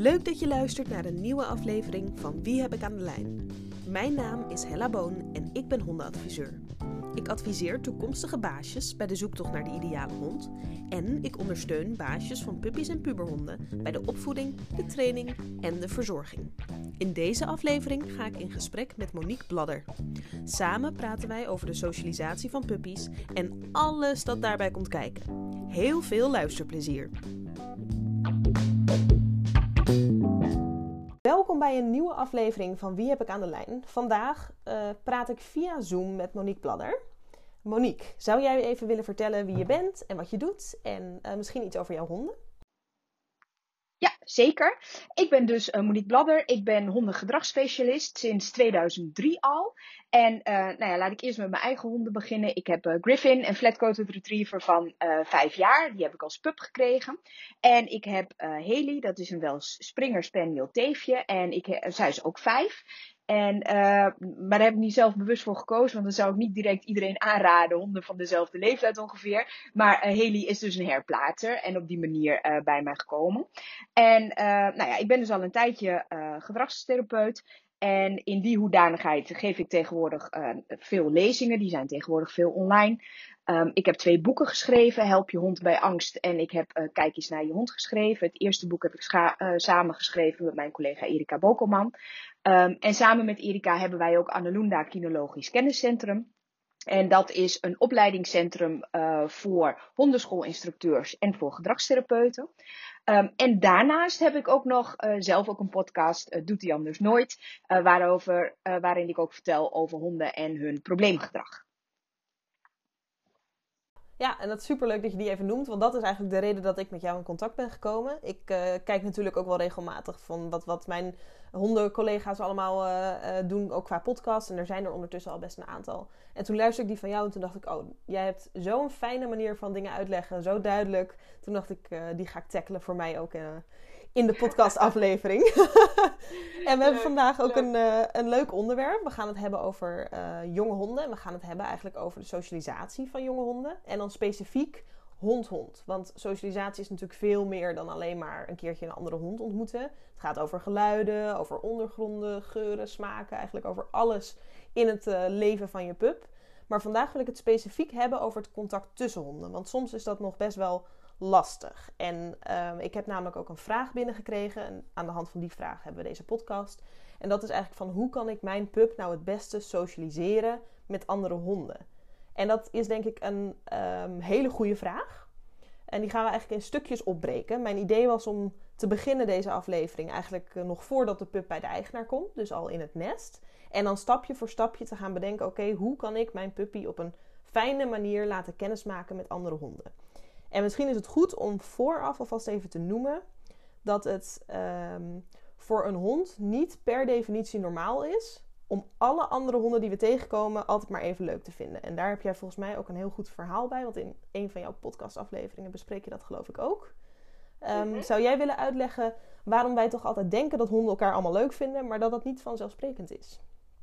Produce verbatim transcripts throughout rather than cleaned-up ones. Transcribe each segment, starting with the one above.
Leuk dat je luistert naar een nieuwe aflevering van Wie heb ik aan de lijn? Mijn naam is Hella Boon en ik ben hondenadviseur. Ik adviseer toekomstige baasjes bij de zoektocht naar de ideale hond en ik ondersteun baasjes van puppies en puberhonden bij de opvoeding, de training en de verzorging. In deze aflevering ga ik in gesprek met Monique Bladder. Samen praten wij over de socialisatie van puppies en alles dat daarbij komt kijken. Heel veel luisterplezier! Welkom bij een nieuwe aflevering van Wie heb ik aan de lijn? Vandaag uh, praat ik via Zoom met Monique Bladder. Monique, zou jij even willen vertellen wie je bent en wat je doet? En uh, misschien iets over jouw honden? Ja, zeker. Ik ben dus uh, Monique Bladder. Ik ben hondengedragsspecialist sinds tweeduizend drie al. En uh, nou ja, laat ik eerst met mijn eigen honden beginnen. Ik heb uh, Griffin, een flat-coated retriever van uh, vijf jaar. Die heb ik als pup gekregen. En ik heb uh, Haley, dat is een Wels Springer Spaniel teefje. En ik, uh, zij is ook vijf. En, uh, maar daar heb ik niet zelf bewust voor gekozen. Want dan zou ik niet direct iedereen aanraden. Honden van dezelfde leeftijd ongeveer. Maar uh, Haley is dus een herplaatser. En op die manier uh, bij mij gekomen. En uh, nou ja, ik ben dus al een tijdje uh, gedragstherapeut. En in die hoedanigheid geef ik tegenwoordig uh, veel lezingen. Die zijn tegenwoordig veel online. Um, ik heb twee boeken geschreven. Help je hond bij angst. En ik heb uh, Kijk eens naar je hond geschreven. Het eerste boek heb ik scha- uh, samen geschreven met mijn collega Erika Bokelman. Um, en samen met Erika hebben wij ook Annelunda Kinologisch Kenniscentrum. En dat is een opleidingscentrum uh, voor hondenschoolinstructeurs en voor gedragstherapeuten. Um, en daarnaast heb ik ook nog uh, zelf ook een podcast, uh, Doet hij anders nooit, uh, waarover, uh, waarin ik ook vertel over honden en hun probleemgedrag. Ja, en dat is superleuk dat je die even noemt, want dat is eigenlijk de reden dat ik met jou in contact ben gekomen. Ik uh, kijk natuurlijk ook wel regelmatig van wat, wat mijn hondencollega's allemaal uh, uh, doen, ook qua podcast. En er zijn er ondertussen al best een aantal. En toen luisterde ik die van jou en toen dacht ik, oh, jij hebt zo'n fijne manier van dingen uitleggen, zo duidelijk. Toen dacht ik, uh, die ga ik tackelen voor mij ook uh, in de podcastaflevering. En we hebben vandaag ook een, uh, een leuk onderwerp. We gaan het hebben over uh, jonge honden. En we gaan het hebben eigenlijk over de socialisatie van jonge honden. En dan specifiek hond-hond. Want socialisatie is natuurlijk veel meer dan alleen maar een keertje een andere hond ontmoeten. Het gaat over geluiden, over ondergronden, geuren, smaken. Eigenlijk over alles in het uh, leven van je pup. Maar vandaag wil ik het specifiek hebben over het contact tussen honden. Want soms is dat nog best wel lastig. En uh, ik heb namelijk ook een vraag binnengekregen. En aan de hand van die vraag hebben we deze podcast. En dat is eigenlijk van hoe kan ik mijn pup nou het beste socialiseren met andere honden? En dat is denk ik een um, hele goede vraag. En die gaan we eigenlijk in stukjes opbreken. Mijn idee was om te beginnen deze aflevering eigenlijk uh, nog voordat de pup bij de eigenaar komt. Dus al in het nest. En dan stapje voor stapje te gaan bedenken, oké, okay, hoe kan ik mijn puppy op een fijne manier laten kennismaken met andere honden? En misschien is het goed om vooraf alvast even te noemen dat het um, voor een hond niet per definitie normaal is om alle andere honden die we tegenkomen altijd maar even leuk te vinden. En daar heb jij volgens mij ook een heel goed verhaal bij, want in een van jouw podcastafleveringen bespreek je dat geloof ik ook. Um, mm-hmm. Zou jij willen uitleggen waarom wij toch altijd denken dat honden elkaar allemaal leuk vinden, maar dat dat niet vanzelfsprekend is?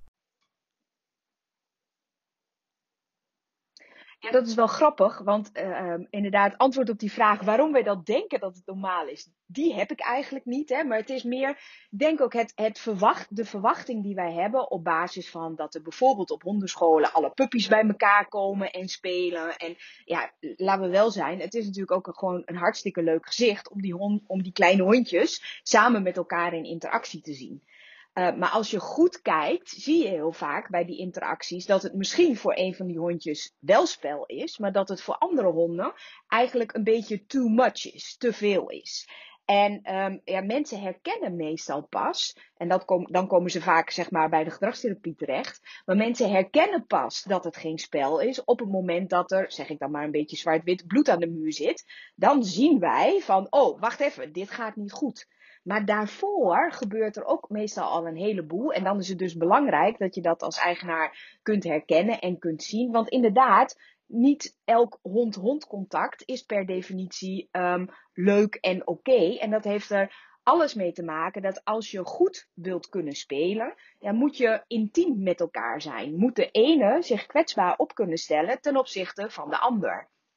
Ja, dat is wel grappig, want uh, inderdaad, antwoord op die vraag waarom wij dat denken dat het normaal is, die heb ik eigenlijk niet. Hè? Maar het is meer, denk ook, het, het verwacht, de verwachting die wij hebben op basis van dat er bijvoorbeeld op hondenscholen alle puppies bij elkaar komen en spelen. En ja, laten we wel zijn, het is natuurlijk ook een, gewoon een hartstikke leuk gezicht om die, hond, om die kleine hondjes samen met elkaar in interactie te zien. Uh, maar als je goed kijkt, zie je heel vaak bij die interacties dat het misschien voor een van die hondjes wel spel is, maar dat het voor andere honden eigenlijk een beetje too much is, te veel is. En um, ja, mensen herkennen meestal pas, en dat kom, dan komen ze vaak zeg maar bij de gedragstherapie terecht, maar mensen herkennen pas dat het geen spel is op het moment dat er, zeg ik dan maar een beetje zwart-wit, bloed aan de muur zit. Dan zien wij van, oh, wacht even, dit gaat niet goed. Maar daarvoor gebeurt er ook meestal al een heleboel. En dan is het dus belangrijk dat je dat als eigenaar kunt herkennen en kunt zien. Want inderdaad, niet elk hond-hond contact is per definitie um, leuk en oké. Okay. En dat heeft er alles mee te maken dat als je goed wilt kunnen spelen, dan moet je intiem met elkaar zijn. Moet de ene zich kwetsbaar op kunnen stellen ten opzichte van de ander.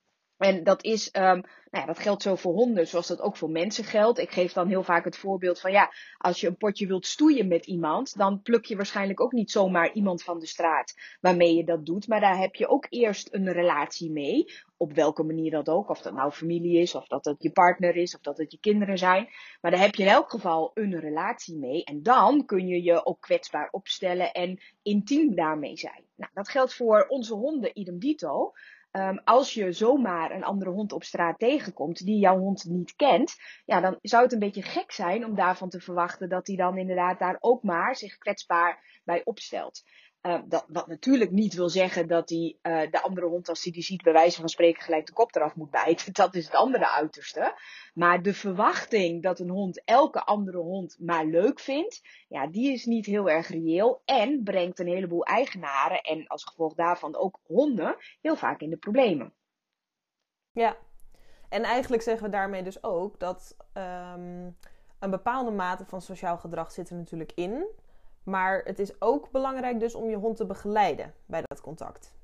En dat is, um, nou ja, dat geldt zo voor honden zoals dat ook voor mensen geldt. Ik geef dan heel vaak het voorbeeld van ja, als je een potje wilt stoeien met iemand, dan pluk je waarschijnlijk ook niet zomaar iemand van de straat waarmee je dat doet. Maar daar heb je ook eerst een relatie mee. Op welke manier dat ook. Of dat nou familie is, of dat het je partner is, of dat het je kinderen zijn. Maar daar heb je in elk geval een relatie mee. En dan kun je je ook kwetsbaar opstellen en intiem daarmee zijn. Nou, dat geldt voor onze honden idem dito. Um, als je zomaar een andere hond op straat tegenkomt die jouw hond niet kent, ja, dan zou het een beetje gek zijn om daarvan te verwachten dat hij dan inderdaad daar ook maar zich kwetsbaar bij opstelt. Uh, dat, wat natuurlijk niet wil zeggen dat hij uh, de andere hond, als hij die ziet, bij wijze van spreken gelijk de kop eraf moet bijten. Dat is het andere uiterste. Maar de verwachting dat een hond elke andere hond maar leuk vindt, ja, die is niet heel erg reëel en brengt een heleboel eigenaren en als gevolg daarvan ook honden heel vaak in de problemen. Ja, en eigenlijk zeggen we daarmee dus ook dat um, een bepaalde mate van sociaal gedrag zit er natuurlijk in. Maar het is ook belangrijk dus om je hond te begeleiden bij dat contact.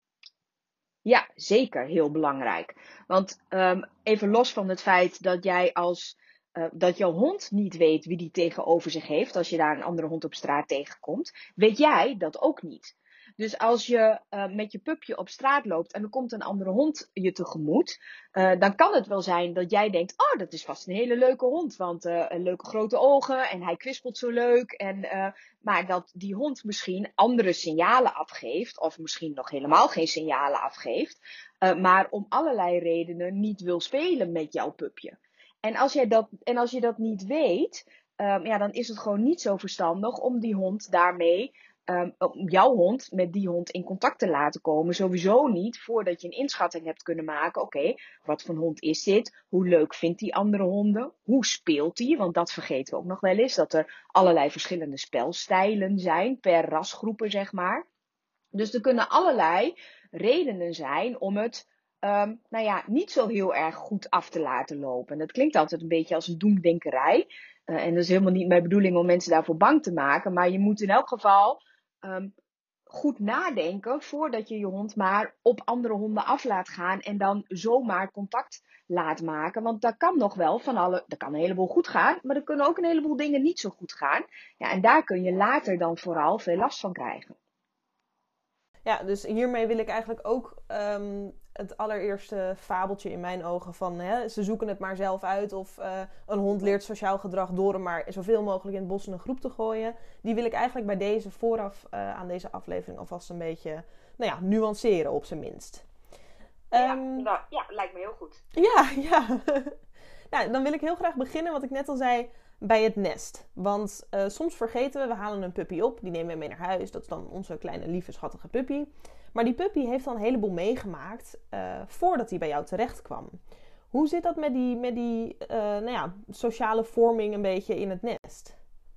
Ja, zeker heel belangrijk. Want um, even los van het feit dat jij als uh, dat jouw hond niet weet wie die tegenover zich heeft, als je daar een andere hond op straat tegenkomt, weet jij dat ook niet. Dus als je uh, met je pupje op straat loopt en er komt een andere hond je tegemoet, uh, dan kan het wel zijn dat jij denkt, oh, dat is vast een hele leuke hond, want uh, leuke grote ogen en hij kwispelt zo leuk. En, uh, maar dat die hond misschien andere signalen afgeeft, of misschien nog helemaal geen signalen afgeeft, uh, maar om allerlei redenen niet wil spelen met jouw pupje. En als, jij dat, en als je dat niet weet, um, ja, dan is het gewoon niet zo verstandig om die hond daarmee, um, om jouw hond met die hond in contact te laten komen. Sowieso niet voordat je een inschatting hebt kunnen maken. Oké, okay, wat voor hond is dit? Hoe leuk vindt die andere honden? Hoe speelt die? Want dat vergeten we ook nog wel eens. Dat er allerlei verschillende spelstijlen zijn per rasgroepen, zeg maar. Dus er kunnen allerlei redenen zijn om het Um, nou ja, niet zo heel erg goed af te laten lopen. En dat klinkt altijd een beetje als een doemdenkerij. Uh, en dat is helemaal niet mijn bedoeling om mensen daarvoor bang te maken. Maar je moet in elk geval um, goed nadenken voordat je je hond maar op andere honden af laat gaan. En dan zomaar contact laat maken. Want daar kan nog wel van alle, er kan een heleboel goed gaan. Maar er kunnen ook een heleboel dingen niet zo goed gaan. Ja, en daar kun je later dan vooral veel last van krijgen. Ja, dus hiermee wil ik eigenlijk ook um, het allereerste fabeltje in mijn ogen van hè, ze zoeken het maar zelf uit of uh, een hond leert sociaal gedrag door hem maar zoveel mogelijk in het bos in een groep te gooien. Die wil ik eigenlijk bij deze vooraf uh, aan deze aflevering alvast een beetje nou ja, nuanceren op zijn minst. Ja, um, nou, ja, lijkt me heel goed. Ja, ja. Nou, dan wil ik heel graag beginnen, wat ik net al zei, bij het nest. Want uh, soms vergeten we, we halen een puppy op, die nemen we mee naar huis. Dat is dan onze kleine, lieve, schattige puppy. Maar die puppy heeft dan een heleboel meegemaakt uh, voordat hij bij jou terecht kwam. Hoe zit dat met die, met die uh, nou ja, sociale vorming een beetje in het nest?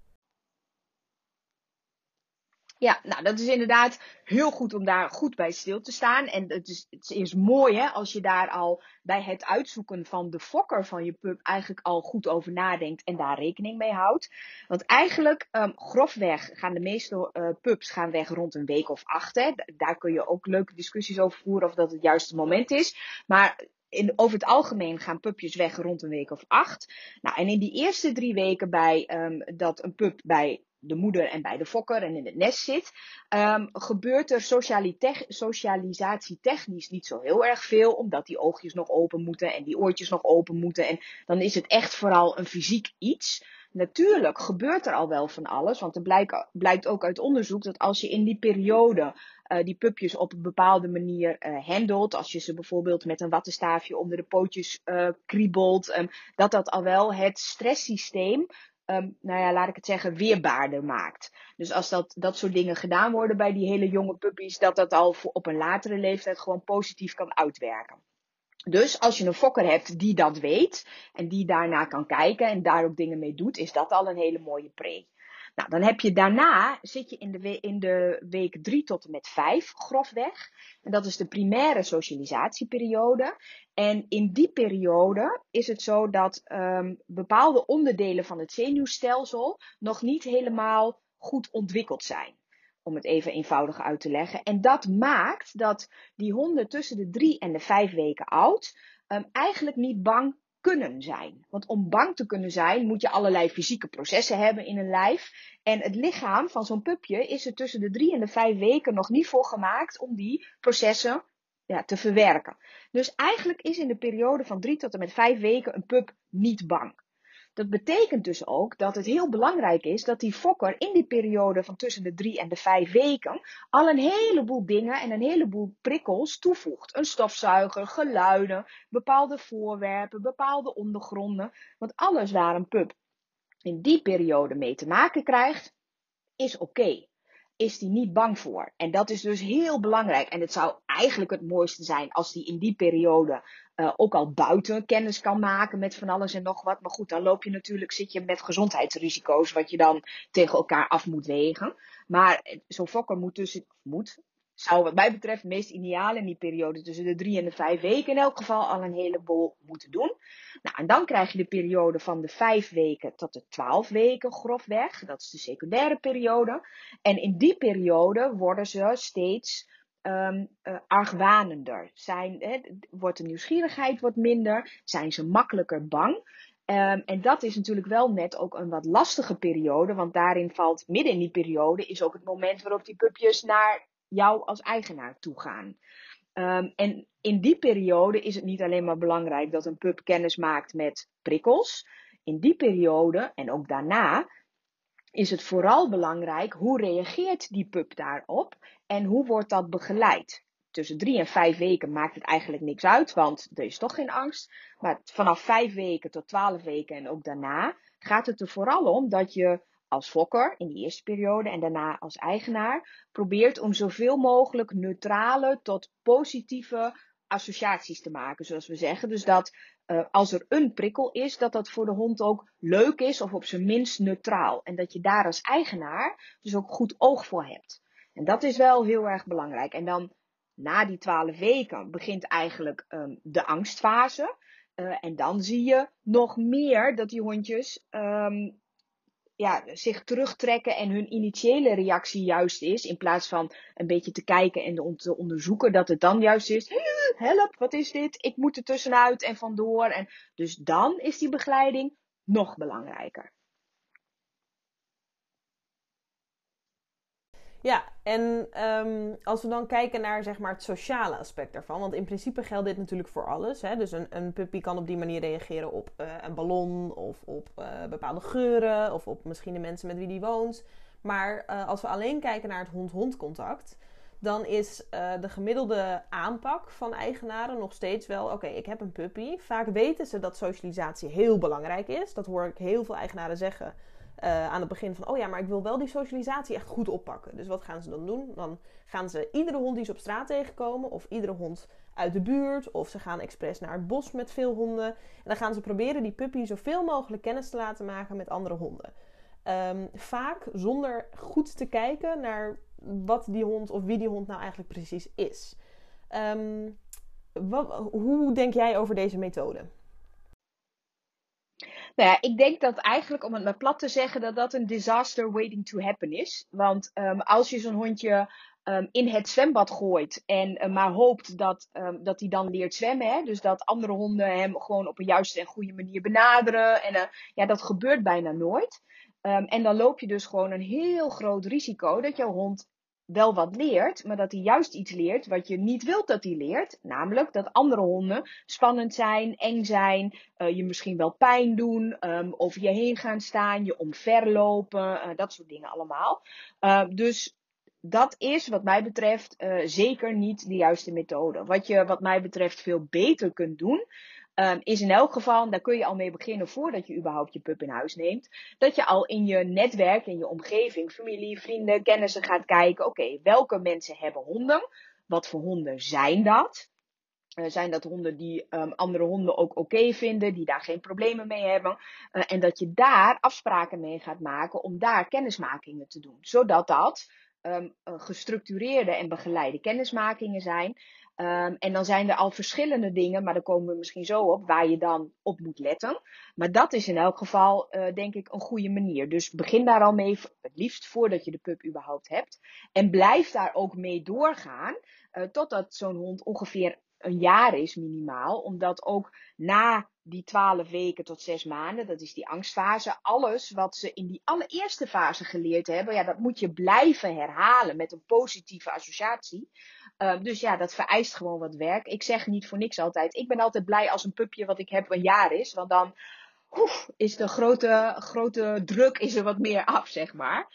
Ja, nou dat is inderdaad heel goed om daar goed bij stil te staan. En het is, het is mooi hè, als je daar al bij het uitzoeken van de fokker van je pup eigenlijk al goed over nadenkt en daar rekening mee houdt. Want eigenlijk, um, grofweg gaan de meeste uh, pups gaan weg rond een week of acht. Hè. Daar kun je ook leuke discussies over voeren of dat het juiste moment is. Maar in, over het algemeen gaan pupjes weg rond een week of acht. Nou, en in die eerste drie weken bij um, dat een pup bij de moeder en bij de fokker en in het nest zit, um, gebeurt er socialisatietechnisch niet zo heel erg veel, omdat die oogjes nog open moeten en die oortjes nog open moeten. En dan is het echt vooral een fysiek iets. Natuurlijk gebeurt er al wel van alles, want er blijkt, blijkt ook uit onderzoek dat als je in die periode uh, die pupjes op een bepaalde manier uh, handelt, als je ze bijvoorbeeld met een wattenstaafje onder de pootjes uh, kriebelt, um, dat dat al wel het stresssysteem Um, nou ja, laat ik het zeggen, weerbaarder maakt. Dus als dat, dat soort dingen gedaan worden bij die hele jonge puppies, dat dat al voor op een latere leeftijd gewoon positief kan uitwerken. Dus als je een fokker hebt die dat weet en die daarna kan kijken en daar ook dingen mee doet, is dat al een hele mooie pre. Nou, dan heb je daarna, zit je in de, we- in de week drie tot en met vijf grofweg. En dat is de primaire socialisatieperiode. En in die periode is het zo dat um, bepaalde onderdelen van het zenuwstelsel nog niet helemaal goed ontwikkeld zijn. om het even eenvoudig uit te leggen. En dat maakt dat die honden tussen de drie en de vijf weken oud um, eigenlijk niet bang kunnen zijn. Want om bang te kunnen zijn moet je allerlei fysieke processen hebben in een lijf. En het lichaam van zo'n pupje is er tussen de drie en de vijf weken nog niet voor gemaakt om die processen ja, te verwerken. Dus eigenlijk is in de periode van drie tot en met vijf weken een pup niet bang. Dat betekent dus ook dat het heel belangrijk is dat die fokker in die periode van tussen de drie en de vijf weken al een heleboel dingen en een heleboel prikkels toevoegt. Een stofzuiger, geluiden, bepaalde voorwerpen, bepaalde ondergronden. Want alles waar een pup in die periode mee te maken krijgt, is oké. Okay. Is die niet bang voor. En dat is dus heel belangrijk. En het zou eigenlijk het mooiste zijn als die in die periode uh, ook al buiten kennis kan maken met van alles en nog wat. Maar goed, dan loop je natuurlijk, zit je met gezondheidsrisico's wat je dan tegen elkaar af moet wegen. Maar zo'n fokker moet dus, moet, zou wat mij betreft het meest ideaal in die periode tussen de drie en de vijf weken in elk geval al een heleboel moeten doen. Nou, en dan krijg je de periode van de vijf weken tot de twaalf weken grofweg. Dat is de secundaire periode. En in die periode worden ze steeds um, uh, argwanender. Zijn, hè, wordt de nieuwsgierigheid wordt minder. Zijn ze makkelijker bang. Um, en dat is natuurlijk wel net ook een wat lastige periode. Want daarin valt, midden in die periode, is ook het moment waarop die pupjes naar jou als eigenaar toe gaan. Um, en in die periode is het niet alleen maar belangrijk dat een pup kennis maakt met prikkels. In die periode en ook daarna is het vooral belangrijk hoe reageert die pup daarop en hoe wordt dat begeleid. Tussen drie en vijf weken maakt het eigenlijk niks uit, want er is toch geen angst. Maar vanaf vijf weken tot twaalf weken en ook daarna gaat het er vooral om dat je als fokker in die eerste periode en daarna als eigenaar probeert om zoveel mogelijk neutrale tot positieve associaties te maken, zoals we zeggen. Dus dat uh, als er een prikkel is, dat dat voor de hond ook leuk is of op zijn minst neutraal. En dat je daar als eigenaar dus ook goed oog voor hebt. En dat is wel heel erg belangrijk. En dan na die twaalf weken begint eigenlijk um, de angstfase. Uh, en dan zie je nog meer dat die hondjes um, ja, zich terugtrekken en hun initiële reactie juist is, in plaats van een beetje te kijken en te onderzoeken, dat het dan juist is, help, wat is dit? Ik moet er tussenuit en vandoor. En dus dan is die begeleiding nog belangrijker. Ja, en um, als we dan kijken naar zeg maar, het sociale aspect daarvan. Want in principe geldt dit natuurlijk voor alles. Hè? Dus een, een puppy kan op die manier reageren op uh, een ballon of op uh, bepaalde geuren. Of op misschien de mensen met wie die woont. Maar uh, als we alleen kijken naar het hond-hond contact, dan is uh, de gemiddelde aanpak van eigenaren nog steeds wel, oké, okay, ik heb een puppy. Vaak weten ze dat socialisatie heel belangrijk is. Dat hoor ik heel veel eigenaren zeggen. Uh, aan het begin van, oh ja, maar ik wil wel die socialisatie echt goed oppakken. Dus wat gaan ze dan doen? Dan gaan ze iedere hond die ze op straat tegenkomen, of iedere hond uit de buurt, of ze gaan expres naar het bos met veel honden. En dan gaan ze proberen die puppy zoveel mogelijk kennis te laten maken met andere honden. Um, vaak zonder goed te kijken naar wat die hond of wie die hond nou eigenlijk precies is. Um, wat, hoe denk jij over deze methode? Nou ja, ik denk dat eigenlijk, om het maar plat te zeggen, dat dat een disaster waiting to happen is. Want um, als je zo'n hondje um, in het zwembad gooit en uh, maar hoopt dat um, dat hij dan leert zwemmen, hè? Dus dat andere honden hem gewoon op een juiste en goede manier benaderen. En uh, ja, dat gebeurt bijna nooit. Um, en dan loop je dus gewoon een heel groot risico dat jouw hond wel wat leert, maar dat hij juist iets leert wat je niet wilt dat hij leert. Namelijk dat andere honden spannend zijn, eng zijn, uh, je misschien wel pijn doen, um, over je heen gaan staan, je omverlopen, uh, dat soort dingen allemaal. Uh, dus dat is wat mij betreft uh, zeker niet de juiste methode. Wat je wat mij betreft veel beter kunt doen, Um, is in elk geval, daar kun je al mee beginnen voordat je überhaupt je pup in huis neemt, dat je al in je netwerk, in je omgeving, familie, vrienden, kennissen gaat kijken, oké, okay, welke mensen hebben honden? Wat voor honden zijn dat? Uh, zijn dat honden die um, andere honden ook oké okay vinden, die daar geen problemen mee hebben? Uh, en dat je daar afspraken mee gaat maken om daar kennismakingen te doen. Zodat dat um, uh, gestructureerde en begeleide kennismakingen zijn. Um, en dan zijn er al verschillende dingen, maar daar komen we misschien zo op, waar je dan op moet letten. Maar dat is in elk geval, uh, denk ik, een goede manier. Dus begin daar al mee, het liefst voordat je de pup überhaupt hebt. En blijf daar ook mee doorgaan, uh, totdat zo'n hond ongeveer een jaar is minimaal. Omdat ook na die twaalf weken tot zes maanden, dat is die angstfase, alles wat ze in die allereerste fase geleerd hebben, ja, dat moet je blijven herhalen met een positieve associatie. Uh, dus ja, dat vereist gewoon wat werk. Ik zeg niet voor niks altijd, ik ben altijd blij als een pupje wat ik heb een jaar is, want dan oef, is de grote, grote druk is er wat meer af, zeg maar.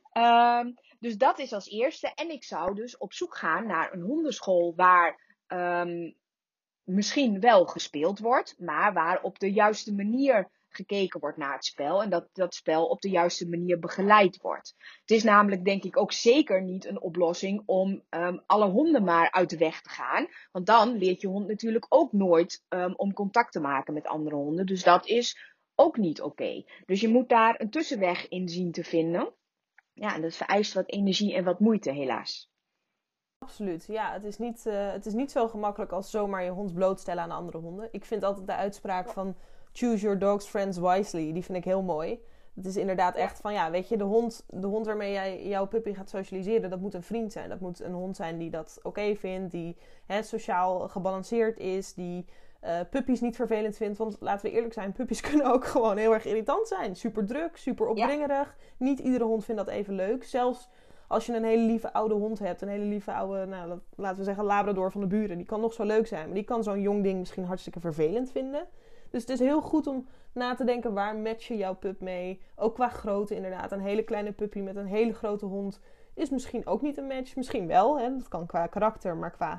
Uh, dus dat is als eerste. En ik zou dus op zoek gaan naar een hondenschool waar um, misschien wel gespeeld wordt, maar waar op de juiste manier gekeken wordt naar het spel en dat dat spel op de juiste manier begeleid wordt. Het is namelijk denk ik ook zeker niet een oplossing om um, alle honden maar uit de weg te gaan, want dan leert je hond natuurlijk ook nooit um, om contact te maken met andere honden, dus dat is ook niet oké. Okay. Dus je moet daar een tussenweg in zien te vinden. Ja, en dat vereist wat energie en wat moeite helaas. Absoluut, ja. Het is, niet, uh, het is niet zo gemakkelijk als zomaar je hond blootstellen aan andere honden. Ik vind altijd de uitspraak van choose your dog's friends wisely, die vind ik heel mooi. Het is inderdaad echt van, ja, weet je, de hond, de hond waarmee jij jouw puppy gaat socialiseren, dat moet een vriend zijn. Dat moet een hond zijn die dat oké okay vindt, die hè, sociaal gebalanceerd is, die uh, puppies niet vervelend vindt. Want laten we eerlijk zijn, puppies kunnen ook gewoon heel erg irritant zijn. Super druk, super opdringerig. Ja. Niet iedere hond vindt dat even leuk. Zelfs als je een hele lieve oude hond hebt, een hele lieve oude, nou, laten we zeggen labrador van de buren, die kan nog zo leuk zijn, maar die kan zo'n jong ding misschien hartstikke vervelend vinden. Dus het is heel goed om na te denken, waar match je jouw pup mee? Ook qua grootte inderdaad. Een hele kleine puppy met een hele grote hond is misschien ook niet een match. Misschien wel, hè? Dat kan qua karakter, maar qua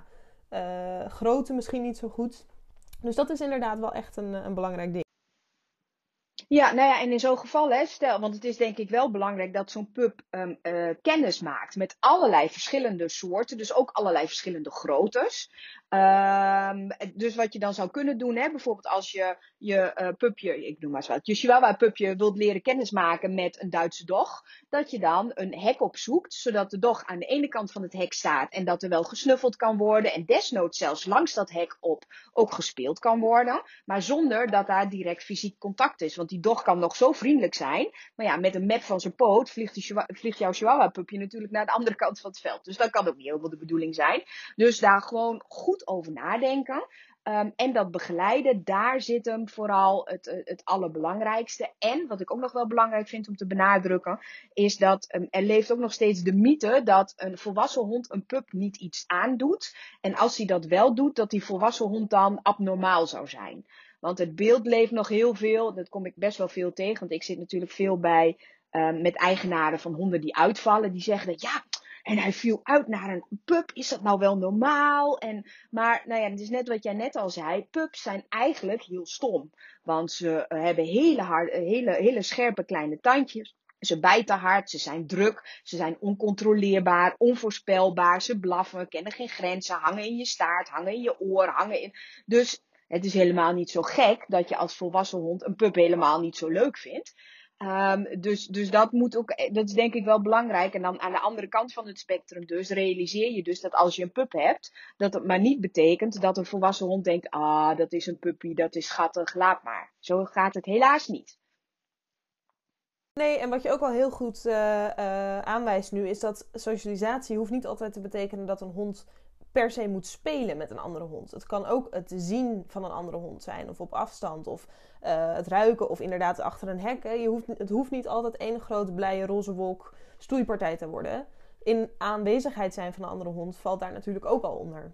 uh, grootte misschien niet zo goed. Dus dat is inderdaad wel echt een, een belangrijk ding. Ja, nou ja, en in zo'n geval, hè, stel, want het is denk ik wel belangrijk dat zo'n pup um, uh, kennis maakt met allerlei verschillende soorten, dus ook allerlei verschillende groottes. Um, dus wat je dan zou kunnen doen, hè, bijvoorbeeld als je je uh, pupje, ik noem maar eens wat, je Chihuahua pupje wilt leren kennismaken met een Duitse dog, dat je dan een hek opzoekt, zodat de dog aan de ene kant van het hek staat en dat er wel gesnuffeld kan worden en desnoods zelfs langs dat hek op ook gespeeld kan worden, maar zonder dat daar direct fysiek contact is. Want die dog kan nog zo vriendelijk zijn, maar ja, met een map van zijn poot vliegt, die, vliegt jouw Chihuahua pupje natuurlijk naar de andere kant van het veld. Dus dat kan ook niet helemaal de bedoeling zijn. Dus daar gewoon goed over nadenken. Um, en dat begeleiden, daar zit hem vooral het, het allerbelangrijkste. En wat ik ook nog wel belangrijk vind om te benadrukken, is dat um, er leeft ook nog steeds de mythe dat een volwassen hond een pup niet iets aandoet. En als hij dat wel doet, dat die volwassen hond dan abnormaal zou zijn. Want het beeld leeft nog heel veel, dat kom ik best wel veel tegen, want ik zit natuurlijk veel bij um, met eigenaren van honden die uitvallen. Die zeggen dat ja, en hij viel uit naar een pup, is dat nou wel normaal? En, maar nou ja, het is net wat jij net al zei, pups zijn eigenlijk heel stom. Want ze uh, hebben hele, hard, hele, hele scherpe kleine tandjes. Ze bijten hard, ze zijn druk, ze zijn oncontroleerbaar, onvoorspelbaar, ze blaffen, kennen geen grenzen, hangen in je staart, hangen in je oor, hangen in... Dus het is helemaal niet zo gek dat je als volwassen hond een pup helemaal niet zo leuk vindt. Um, dus, dus dat moet ook, dat is denk ik wel belangrijk. En dan aan de andere kant van het spectrum dus realiseer je dus dat als je een pup hebt, dat het maar niet betekent dat een volwassen hond denkt, ah, dat is een puppy, dat is schattig, laat maar. Zo gaat het helaas niet. Nee, en wat je ook wel heel goed uh, uh, aanwijst nu, is dat socialisatie hoeft niet altijd te betekenen dat een hond per se moet spelen met een andere hond. Het kan ook het zien van een andere hond zijn, of op afstand, of uh, het ruiken, of inderdaad achter een hek. Hè. Je hoeft, het hoeft niet altijd één grote blije roze wolk stoeipartij te worden. In aanwezigheid zijn van een andere hond valt daar natuurlijk ook al onder.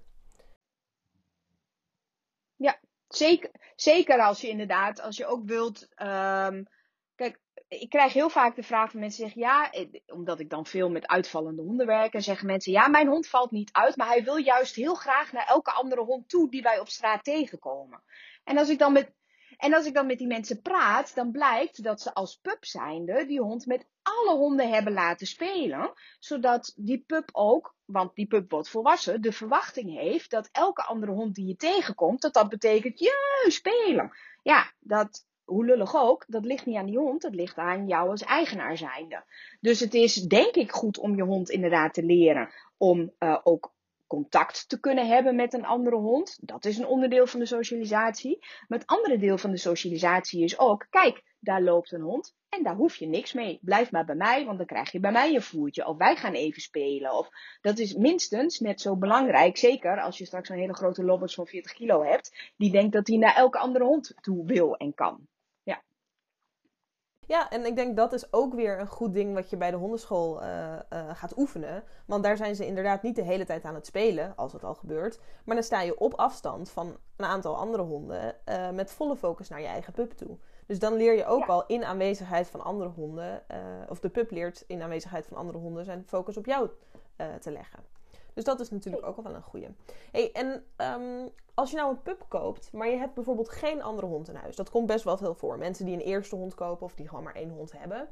Ja, zeker, zeker als je inderdaad, als je ook wilt... Um, kijk, ik krijg heel vaak de vraag van mensen die zeggen, ja, omdat ik dan veel met uitvallende honden werk, en zeggen mensen, ja, mijn hond valt niet uit, maar hij wil juist heel graag naar elke andere hond toe die wij op straat tegenkomen. En als ik dan met, en als ik dan met die mensen praat, dan blijkt dat ze als pup zijnde die hond met alle honden hebben laten spelen, zodat die pup ook, want die pup wordt volwassen, de verwachting heeft dat elke andere hond die je tegenkomt, dat dat betekent, je spelen. Ja, dat... Hoe lullig ook, dat ligt niet aan die hond, dat ligt aan jou als eigenaar zijnde. Dus het is denk ik goed om je hond inderdaad te leren om uh, ook contact te kunnen hebben met een andere hond. Dat is een onderdeel van de socialisatie. Maar het andere deel van de socialisatie is ook, kijk, daar loopt een hond en daar hoef je niks mee. Blijf maar bij mij, want dan krijg je bij mij een voertje. Of wij gaan even spelen. Of, dat is minstens net zo belangrijk. Zeker als je straks een hele grote lobbers van veertig kilo hebt. Die denkt dat hij naar elke andere hond toe wil en kan. Ja. Ja, en ik denk dat is ook weer een goed ding wat je bij de hondenschool uh, uh, gaat oefenen. Want daar zijn ze inderdaad niet de hele tijd aan het spelen, als het al gebeurt. Maar dan sta je op afstand van een aantal andere honden uh, met volle focus naar je eigen pup toe. Dus dan leer je ook ja. al in aanwezigheid van andere honden, uh, of de pup leert in aanwezigheid van andere honden zijn focus op jou uh, te leggen. Dus dat is natuurlijk ook al wel een goeie. Hey, en um, als je nou een pup koopt, maar je hebt bijvoorbeeld geen andere hond in huis. Dat komt best wel veel voor. Mensen die een eerste hond kopen of die gewoon maar één hond hebben.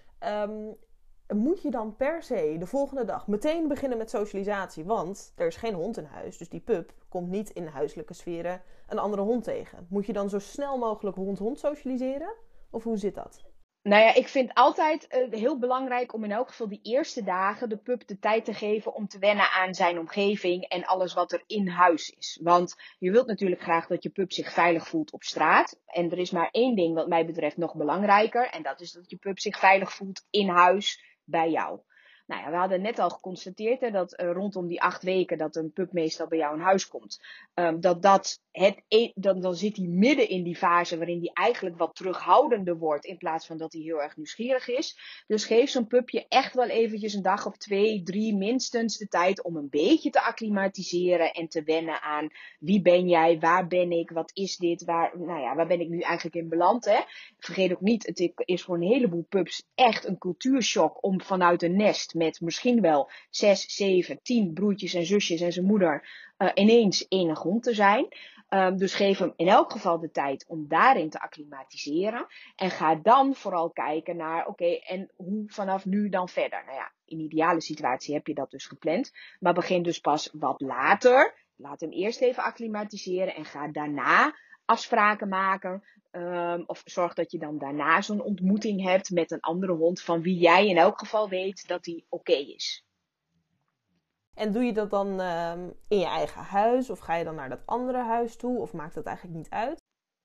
Um, moet je dan per se de volgende dag meteen beginnen met socialisatie? Want er is geen hond in huis. Dus die pup komt niet in huiselijke sferen een andere hond tegen. Moet je dan zo snel mogelijk hond-hond socialiseren? Of hoe zit dat? Nou ja, ik vind altijd uh, heel belangrijk om in elk geval die eerste dagen de pup de tijd te geven om te wennen aan zijn omgeving en alles wat er in huis is. Want je wilt natuurlijk graag dat je pup zich veilig voelt op straat. En er is maar één ding wat mij betreft nog belangrijker. En dat is dat je pup zich veilig voelt in huis bij jou. Nou ja, we hadden net al geconstateerd hè, dat uh, rondom die acht weken dat een pup meestal bij jou in huis komt. Um, dat dat het, e- dan, dan zit hij midden in die fase waarin hij eigenlijk wat terughoudender wordt. In plaats van dat hij heel erg nieuwsgierig is. Dus geef zo'n pupje echt wel eventjes een dag of twee, drie minstens de tijd om een beetje te acclimatiseren. En te wennen aan wie ben jij, waar ben ik, wat is dit, waar, nou ja, waar ben ik nu eigenlijk in beland. Hè? Vergeet ook niet, het is voor een heleboel pups echt een cultuurshock om vanuit een nest met misschien wel zes, zeven, tien broertjes en zusjes en zijn moeder uh, ineens enig hond te zijn. Um, dus geef hem in elk geval de tijd om daarin te acclimatiseren. En ga dan vooral kijken naar, oké, okay, en hoe vanaf nu dan verder? Nou ja, in de ideale situatie heb je dat dus gepland. Maar begin dus pas wat later. Laat hem eerst even acclimatiseren en ga daarna afspraken maken. Um, of zorg dat je dan daarna zo'n ontmoeting hebt met een andere hond van wie jij in elk geval weet dat die oké okay is. En doe je dat dan um, in je eigen huis? Of ga je dan naar dat andere huis toe? Of maakt dat eigenlijk niet uit?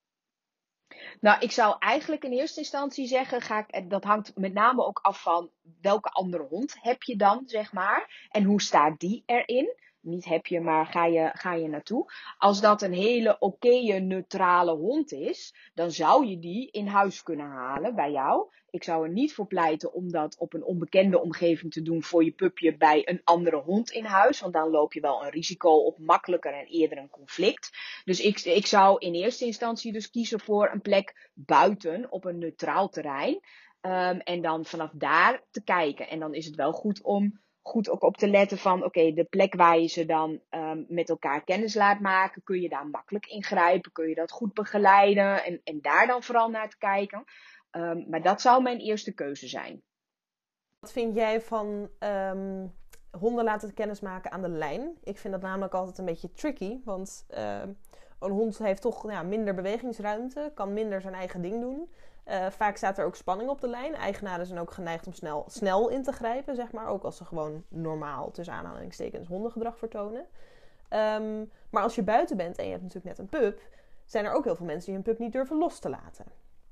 Nou, ik zou eigenlijk in eerste instantie zeggen, ga ik, dat hangt met name ook af van welke andere hond heb je dan, zeg maar. En hoe staat die erin? Niet heb je, maar ga je, ga je naartoe. Als dat een hele oké, neutrale hond is, dan zou je die in huis kunnen halen bij jou. Ik zou er niet voor pleiten om dat op een onbekende omgeving te doen voor je pupje bij een andere hond in huis. Want dan loop je wel een risico op makkelijker en eerder een conflict. Dus ik, ik zou in eerste instantie dus kiezen voor een plek buiten op een neutraal terrein. Um, en dan vanaf daar te kijken. En dan is het wel goed om goed ook op te letten van, oké, okay, de plek waar je ze dan um, met elkaar kennis laat maken, kun je daar makkelijk ingrijpen, kun je dat goed begeleiden en, en daar dan vooral naar te kijken. Um, maar dat zou mijn eerste keuze zijn. Wat vind jij van um, honden laten kennismaken aan de lijn? Ik vind dat namelijk altijd een beetje tricky, want uh, een hond heeft toch ja, minder bewegingsruimte, kan minder zijn eigen ding doen. Uh, vaak staat er ook spanning op de lijn. Eigenaren zijn ook geneigd om snel, snel in te grijpen, zeg maar. Ook als ze gewoon normaal, tussen aanhalingstekens, hondengedrag vertonen. Um, maar als je buiten bent en je hebt natuurlijk net een pup, zijn er ook heel veel mensen die hun pup niet durven los te laten.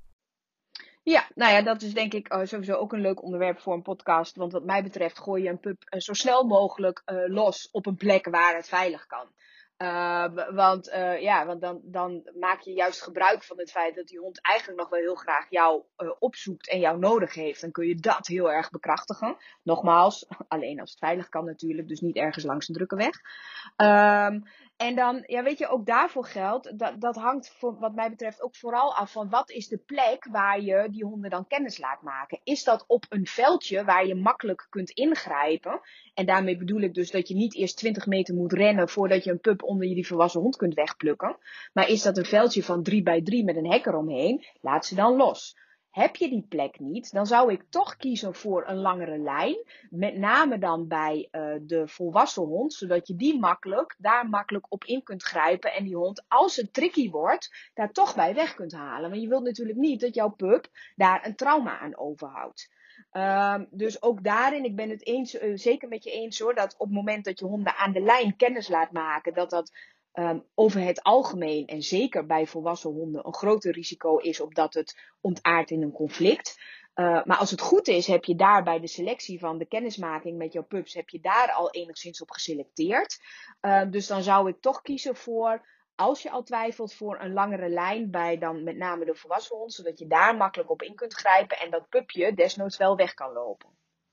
Ja, nou ja, dat is denk ik uh, sowieso ook een leuk onderwerp voor een podcast. Want wat mij betreft gooi je een pup uh, zo snel mogelijk uh, los op een plek waar het veilig kan. Uh, want uh, ja, want dan, dan maak je juist gebruik van het feit dat die hond eigenlijk nog wel heel graag jou uh, opzoekt en jou nodig heeft. Dan kun je dat heel erg bekrachtigen. Nogmaals, alleen als het veilig kan natuurlijk, dus niet ergens langs een drukke weg. Um, en dan, ja, weet je, ook daarvoor geldt, dat, dat hangt voor, wat mij betreft ook vooral af van wat is de plek waar je die honden dan kennis laat maken. Is dat op een veldje waar je makkelijk kunt ingrijpen? En daarmee bedoel ik dus dat je niet eerst twintig meter moet rennen voordat je een pup onder je die volwassen hond kunt wegplukken. Maar is dat een veldje van drie bij drie met een hek eromheen? Laat ze dan los. Heb je die plek niet, dan zou ik toch kiezen voor een langere lijn. Met name dan bij uh, de volwassen hond. Zodat je die makkelijk, daar makkelijk op in kunt grijpen. En die hond, als het tricky wordt, daar toch bij weg kunt halen. Want je wilt natuurlijk niet dat jouw pup daar een trauma aan overhoudt. Um, dus ook daarin, ik ben het eens, uh, zeker met je eens hoor, dat op het moment dat je honden aan de lijn kennis laat maken, dat dat um, over het algemeen en zeker bij volwassen honden een groter risico is op dat het ontaardt in een conflict. Uh, maar als het goed is, heb je daar bij de selectie van de kennismaking met jouw pups, heb je daar al enigszins op geselecteerd. Uh, dus dan zou ik toch kiezen voor, als je al twijfelt, voor een langere lijn bij dan met name de volwassen hond, zodat je daar makkelijk op in kunt grijpen en dat pupje desnoods wel weg kan lopen.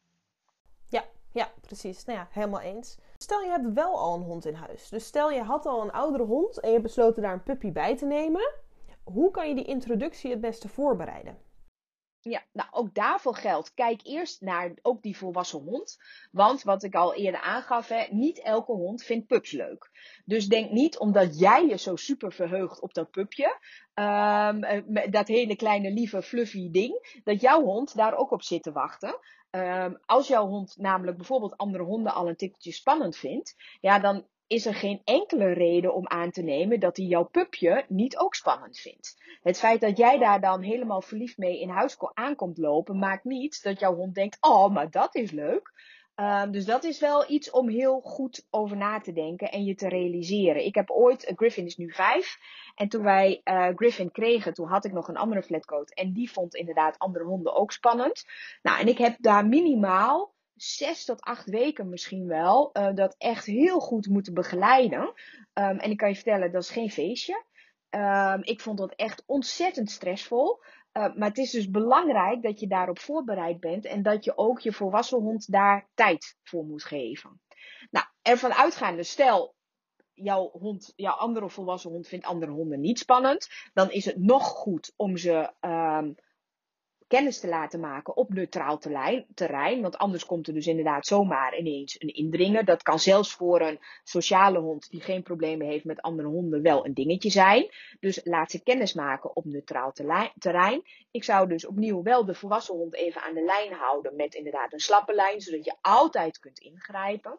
Ja, ja, precies. Nou ja, helemaal eens. Stel je hebt wel al een hond in huis. Dus stel je had al een oudere hond en je hebt besloten daar een puppy bij te nemen. Hoe kan je die introductie het beste voorbereiden? Ja, nou ook daarvoor geldt. Kijk eerst naar ook die volwassen hond. Want wat ik al eerder aangaf, hè, niet elke hond vindt pups leuk. Dus denk niet omdat jij je zo super verheugt op dat pupje, um, dat hele kleine lieve fluffy ding, dat jouw hond daar ook op zit te wachten. Um, als jouw hond namelijk bijvoorbeeld andere honden al een tikkeltje spannend vindt, ja, dan is er geen enkele reden om aan te nemen dat hij jouw pupje niet ook spannend vindt. Het feit dat jij daar dan helemaal verliefd mee in huis aankomt lopen, maakt niet dat jouw hond denkt, oh, maar dat is leuk. Um, dus dat is wel iets om heel goed over na te denken en je te realiseren. Ik heb ooit, uh, Griffin is nu vijf, en toen wij uh, Griffin kregen, toen had ik nog een andere flatcoat en die vond inderdaad andere honden ook spannend. Nou, en ik heb daar minimaal zes tot acht weken misschien wel, uh, dat echt heel goed moeten begeleiden. Um, en ik kan je vertellen, dat is geen feestje. Um, ik vond dat echt ontzettend stressvol. Uh, maar het is dus belangrijk dat je daarop voorbereid bent en dat je ook je volwassen hond daar tijd voor moet geven. Nou, ervan uitgaande, stel jouw hond, jouw andere volwassen hond vindt andere honden niet spannend, dan is het nog goed om ze um, kennis te laten maken op neutraal terrein. Want anders komt er dus inderdaad zomaar ineens een indringer. Dat kan zelfs voor een sociale hond die geen problemen heeft met andere honden wel een dingetje zijn. Dus laat ze kennis maken op neutraal terrein. Ik zou dus opnieuw wel de volwassen hond even aan de lijn houden met inderdaad een slappe lijn, zodat je altijd kunt ingrijpen.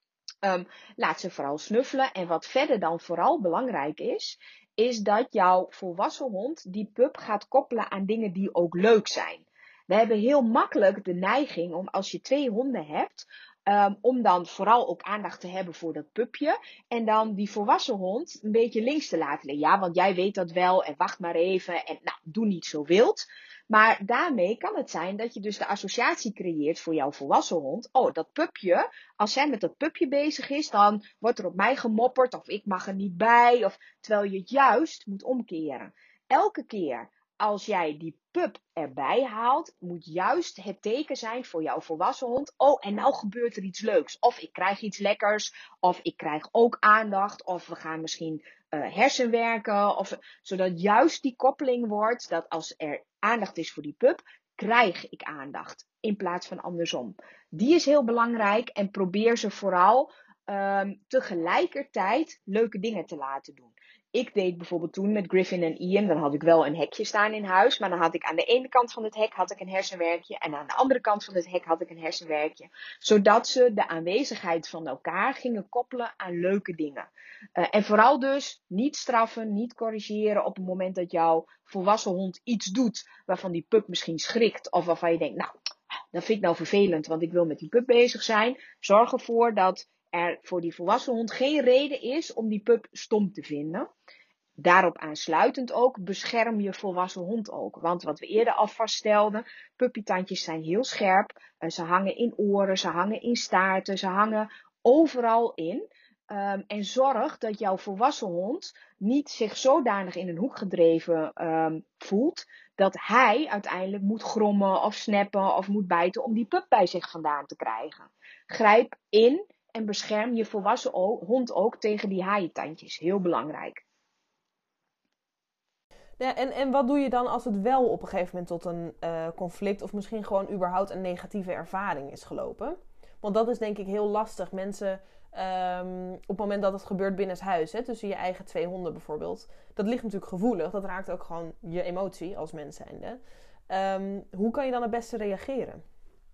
Um, laat ze vooral snuffelen. En wat verder dan vooral belangrijk is, is dat jouw volwassen hond die pup gaat koppelen aan dingen die ook leuk zijn. We hebben heel makkelijk de neiging om, als je twee honden hebt, um, om dan vooral ook aandacht te hebben voor dat pupje. En dan die volwassen hond een beetje links te laten liggen. Ja, want jij weet dat wel en wacht maar even en nou, doe niet zo wild. Maar daarmee kan het zijn dat je dus de associatie creëert voor jouw volwassen hond. Oh, dat pupje, als zij met dat pupje bezig is, dan wordt er op mij gemopperd of ik mag er niet bij. Of, terwijl je het juist moet omkeren. Elke keer als jij die pup erbij haalt, moet juist het teken zijn voor jouw volwassen hond. Oh, en nou gebeurt er iets leuks. Of ik krijg iets lekkers, of ik krijg ook aandacht, of we gaan misschien uh, hersenwerken. Of, zodat juist die koppeling wordt dat als er aandacht is voor die pup, krijg ik aandacht. In plaats van andersom. Die is heel belangrijk en probeer ze vooral um, tegelijkertijd leuke dingen te laten doen. Ik deed bijvoorbeeld toen met Griffin en Ian, dan had ik wel een hekje staan in huis, maar dan had ik aan de ene kant van het hek had ik een hersenwerkje en aan de andere kant van het hek had ik een hersenwerkje. Zodat ze de aanwezigheid van elkaar gingen koppelen aan leuke dingen. Uh, en vooral dus niet straffen, niet corrigeren op het moment dat jouw volwassen hond iets doet waarvan die pup misschien schrikt of waarvan je denkt, nou, dat vind ik nou vervelend, want ik wil met die pup bezig zijn. Zorg ervoor dat er voor die volwassen hond geen reden is om die pup stom te vinden. Daarop aansluitend ook, bescherm je volwassen hond ook. Want wat we eerder al vaststelden, puppytandjes zijn heel scherp. Uh, ze hangen in oren, ze hangen in staarten, ze hangen overal in. Um, en zorg dat jouw volwassen hond niet zich zodanig in een hoek gedreven um, voelt, dat hij uiteindelijk moet grommen of snappen of moet bijten om die pup bij zich vandaan te krijgen. Grijp in en bescherm je volwassen hond ook tegen die haaientandjes. Heel belangrijk. Ja, en, en wat doe je dan als het wel op een gegeven moment tot een uh, conflict of misschien gewoon überhaupt een negatieve ervaring is gelopen? Want dat is denk ik heel lastig. Mensen, um, op het moment dat het gebeurt binnenshuis, hè, tussen je eigen twee honden bijvoorbeeld, dat ligt natuurlijk gevoelig. Dat raakt ook gewoon je emotie als mens zijnde. Um, hoe kan je dan het beste reageren?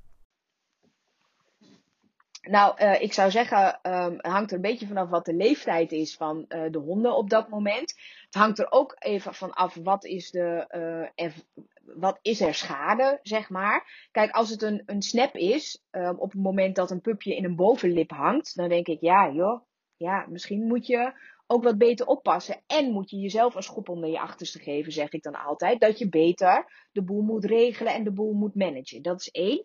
Nou, uh, ik zou zeggen, um, het hangt er een beetje vanaf wat de leeftijd is van uh, de honden op dat moment. Het hangt er ook even van af wat is de, uh, erv- wat is er schade, zeg maar. Kijk, als het een, een snap is, um, op het moment dat een pupje in een bovenlip hangt, dan denk ik, ja joh, ja, misschien moet je ook wat beter oppassen. En moet je jezelf een schop onder je achterste geven, zeg ik dan altijd. Dat je beter de boel moet regelen en de boel moet managen. Dat is één.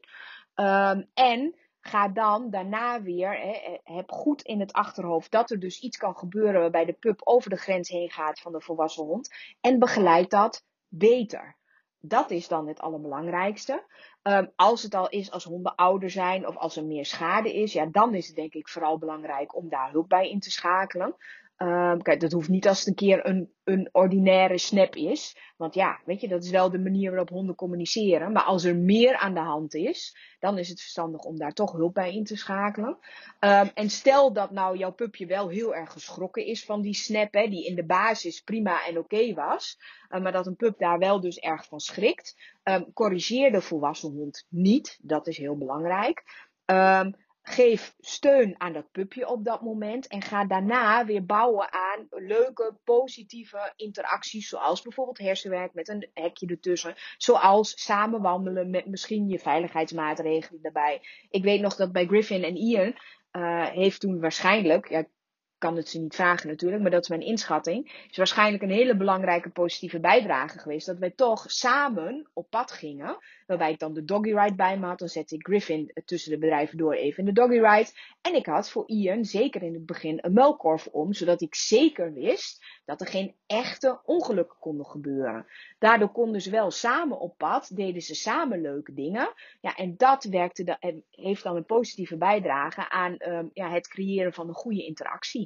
Um, en ga dan daarna weer, he, heb goed in het achterhoofd dat er dus iets kan gebeuren waarbij de pup over de grens heen gaat van de volwassen hond. En begeleid dat beter. Dat is dan het allerbelangrijkste. Um, als het al is als honden ouder zijn of als er meer schade is, ja, dan is het denk ik vooral belangrijk om daar hulp bij in te schakelen. Um, kijk, dat hoeft niet als het een keer een, een ordinaire snap is. Want ja, weet je, dat is wel de manier waarop honden communiceren. Maar als er meer aan de hand is, dan is het verstandig om daar toch hulp bij in te schakelen. Um, en stel dat nou jouw pupje wel heel erg geschrokken is van die snap, hè, die in de basis prima en oké okay was. Uh, maar dat een pup daar wel dus erg van schrikt. Um, corrigeer de volwassen hond niet, dat is heel belangrijk. Um, Geef steun aan dat pupje op dat moment. En ga daarna weer bouwen aan leuke, positieve interacties. Zoals bijvoorbeeld hersenwerk met een hekje ertussen. Zoals samen wandelen met misschien je veiligheidsmaatregelen erbij. Ik weet nog dat bij Griffin en Ian uh, heeft toen waarschijnlijk... Ja, ik kan het ze niet vragen natuurlijk, maar dat is mijn inschatting. Is waarschijnlijk een hele belangrijke positieve bijdrage geweest. Dat wij toch samen op pad gingen. Waarbij ik dan de doggy ride bij me had. Dan zette ik Griffin tussen de bedrijven door even in de doggy ride. En ik had voor Ian zeker in het begin een muilkorf om. Zodat ik zeker wist dat er geen echte ongelukken konden gebeuren. Daardoor konden ze wel samen op pad. Deden ze samen leuke dingen. Ja, en dat werkte de, heeft dan een positieve bijdrage aan um, ja, het creëren van een goede interactie.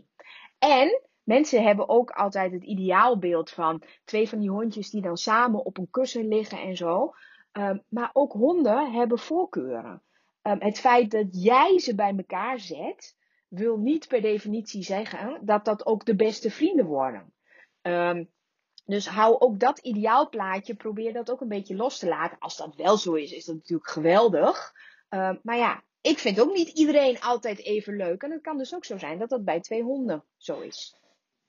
En mensen hebben ook altijd het ideaalbeeld van twee van die hondjes die dan samen op een kussen liggen en zo. Um, maar ook honden hebben voorkeuren. Um, het feit dat jij ze bij elkaar zet, wil niet per definitie zeggen dat dat ook de beste vrienden worden. Um, dus hou ook dat ideaalplaatje, probeer dat ook een beetje los te laten. Als dat wel zo is, is dat natuurlijk geweldig. Um, maar ja, ik vind ook niet iedereen altijd even leuk. En het kan dus ook zo zijn dat dat bij twee honden zo is.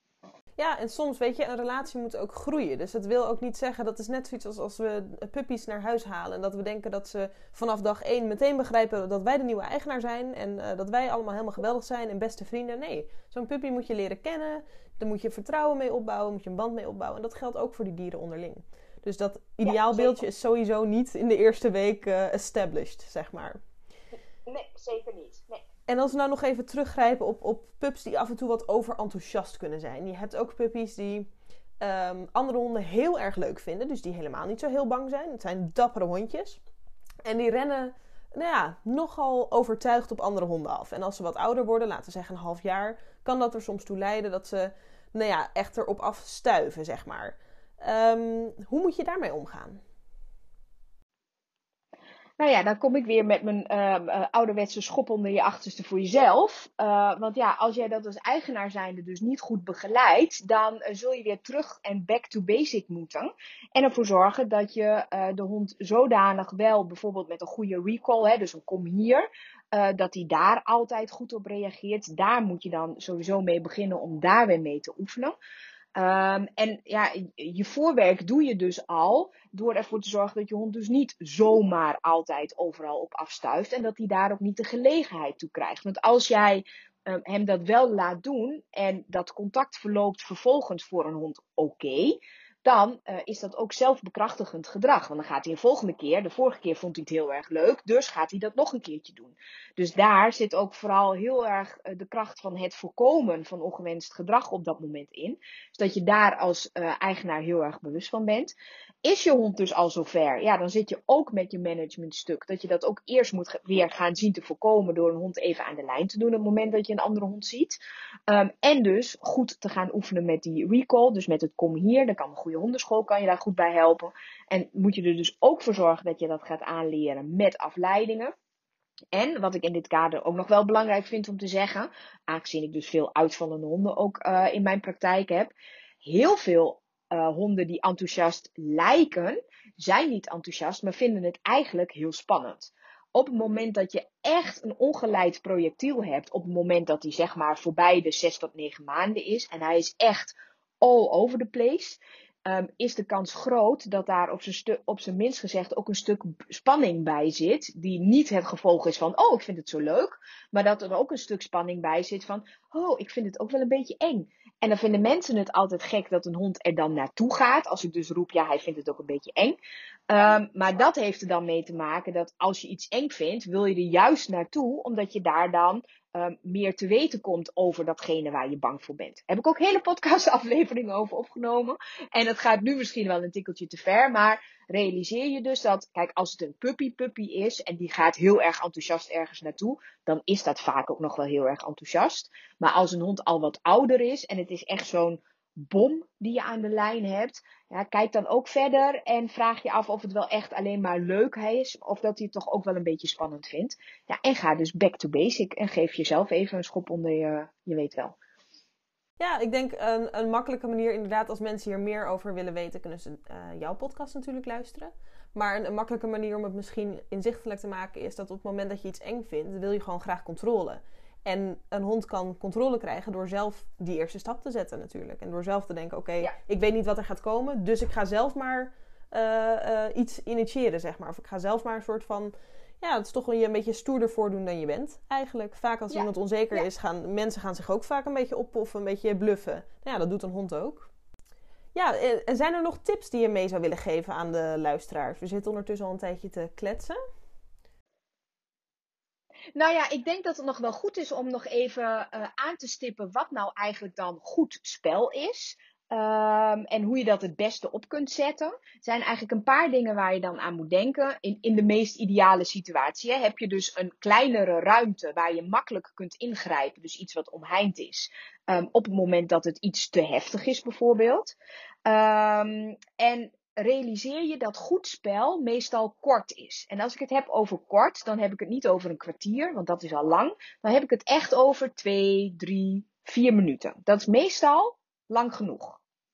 Ja, en soms, weet je, een relatie moet ook groeien. Dus dat wil ook niet zeggen, dat is net zoiets als als we puppies naar huis halen. En dat we denken dat ze vanaf dag één meteen begrijpen dat wij de nieuwe eigenaar zijn. En uh, dat wij allemaal helemaal geweldig zijn en beste vrienden. Nee, zo'n puppy moet je leren kennen. Daar moet je vertrouwen mee opbouwen, moet je een band mee opbouwen. En dat geldt ook voor die dieren onderling. Dus dat ideaalbeeldje ja, is sowieso niet in de eerste week uh, established, zeg maar. Nee, zeker niet. Nee. En als we nou nog even teruggrijpen op, op pups die af en toe wat overenthousiast kunnen zijn. Je hebt ook puppies die um, andere honden heel erg leuk vinden. Dus die helemaal niet zo heel bang zijn. Het zijn dappere hondjes. En die rennen nou ja, nogal overtuigd op andere honden af. En als ze wat ouder worden, laten we zeggen een half jaar, kan dat er soms toe leiden dat ze nou ja, echt erop afstuiven, zeg maar. Um, hoe moet je daarmee omgaan? Nou ja, dan kom ik weer met mijn uh, uh, ouderwetse schop onder je achterste voor jezelf. Uh, want ja, als jij dat als eigenaar zijnde dus niet goed begeleidt, dan uh, zul je weer terug en back to basic moeten. En ervoor zorgen dat je uh, de hond zodanig wel, bijvoorbeeld met een goede recall, hè, dus een kom hier, uh, dat hij daar altijd goed op reageert. Daar moet je dan sowieso mee beginnen om daar weer mee te oefenen. Um, en ja, je voorwerk doe je dus al door ervoor te zorgen dat je hond dus niet zomaar altijd overal op afstuift. En dat hij daar ook niet de gelegenheid toe krijgt. Want als jij um, hem dat wel laat doen en dat contact verloopt vervolgens voor een hond oké. Okay, dan uh, is dat ook zelfbekrachtigend gedrag. Want dan gaat hij een volgende keer, de vorige keer vond hij het heel erg leuk, dus gaat hij dat nog een keertje doen. Dus daar zit ook vooral heel erg uh, de kracht van het voorkomen van ongewenst gedrag op dat moment in. Zodat je daar als uh, eigenaar heel erg bewust van bent. Is je hond dus al zover? Ja, dan zit je ook met je managementstuk. Dat je dat ook eerst moet weer gaan zien te voorkomen door een hond even aan de lijn te doen op het moment dat je een andere hond ziet. Um, en dus goed te gaan oefenen met die recall. Dus met het kom hier. Dan kan een goede hondenschool kan je daar goed bij helpen. En moet je er dus ook voor zorgen dat je dat gaat aanleren met afleidingen. En wat ik in dit kader ook nog wel belangrijk vind om te zeggen, aangezien ik dus veel uitvallende honden ook uh, in mijn praktijk heb. Heel veel uh, honden die enthousiast lijken, zijn niet enthousiast, maar vinden het eigenlijk heel spannend. Op het moment dat je echt een ongeleid projectiel hebt, op het moment dat hij zeg maar voorbij de zes tot negen maanden is en hij is echt all over the place, um, is de kans groot dat daar op zijn, stu- op zijn minst gezegd ook een stuk spanning bij zit. Die niet het gevolg is van, oh, ik vind het zo leuk. Maar dat er ook een stuk spanning bij zit van, oh, ik vind het ook wel een beetje eng. En dan vinden mensen het altijd gek dat een hond er dan naartoe gaat. Als ik dus roep, ja, hij vindt het ook een beetje eng. Um, maar dat heeft er dan mee te maken dat als je iets eng vindt, wil je er juist naartoe, omdat je daar dan um, meer te weten komt over datgene waar je bang voor bent. Daar heb ik ook hele podcastafleveringen over opgenomen. En dat gaat nu misschien wel een tikkeltje te ver, maar realiseer je dus dat, kijk, als het een puppy-puppy is en die gaat heel erg enthousiast ergens naartoe, dan is dat vaak ook nog wel heel erg enthousiast. Maar als een hond al wat ouder is en het is echt zo'n bom die je aan de lijn hebt, ja, kijk dan ook verder en vraag je af of het wel echt alleen maar leuk is, of dat hij het toch ook wel een beetje spannend vindt. Ja, en ga dus back to basic en geef jezelf even een schop onder je, je weet wel. Ja, ik denk een, een makkelijke manier, inderdaad, als mensen hier meer over willen weten, kunnen ze uh, jouw podcast natuurlijk luisteren. Maar een, een makkelijke manier om het misschien inzichtelijk te maken is dat op het moment dat je iets eng vindt, wil je gewoon graag controle. En een hond kan controle krijgen door zelf die eerste stap te zetten natuurlijk. En door zelf te denken, oké, okay, ja. ik weet niet wat er gaat komen, dus ik ga zelf maar uh, uh, iets initiëren, zeg maar. Of ik ga zelf maar een soort van, ja, het is toch wel je een beetje stoerder voordoen dan je bent, eigenlijk. Vaak als ja. iemand onzeker ja. is, gaan mensen gaan zich ook vaak een beetje oppoffen, een beetje bluffen. Nou ja, dat doet een hond ook. Ja, en zijn er nog tips die je mee zou willen geven aan de luisteraars? We zitten ondertussen al een tijdje te kletsen. Nou ja, ik denk dat het nog wel goed is om nog even uh, aan te stippen wat nou eigenlijk dan goed spel is. Um, en hoe je dat het beste op kunt zetten. Er zijn eigenlijk een paar dingen waar je dan aan moet denken. In, in de meest ideale situatie hè, heb je dus een kleinere ruimte waar je makkelijk kunt ingrijpen. Dus iets wat omheind is. Um, op het moment dat het iets te heftig is bijvoorbeeld. Um, en realiseer je dat goed spel meestal kort is. En als ik het heb over kort, dan heb ik het niet over een kwartier, want dat is al lang. Dan heb ik het echt over twee, drie, vier minuten. Dat is meestal lang genoeg.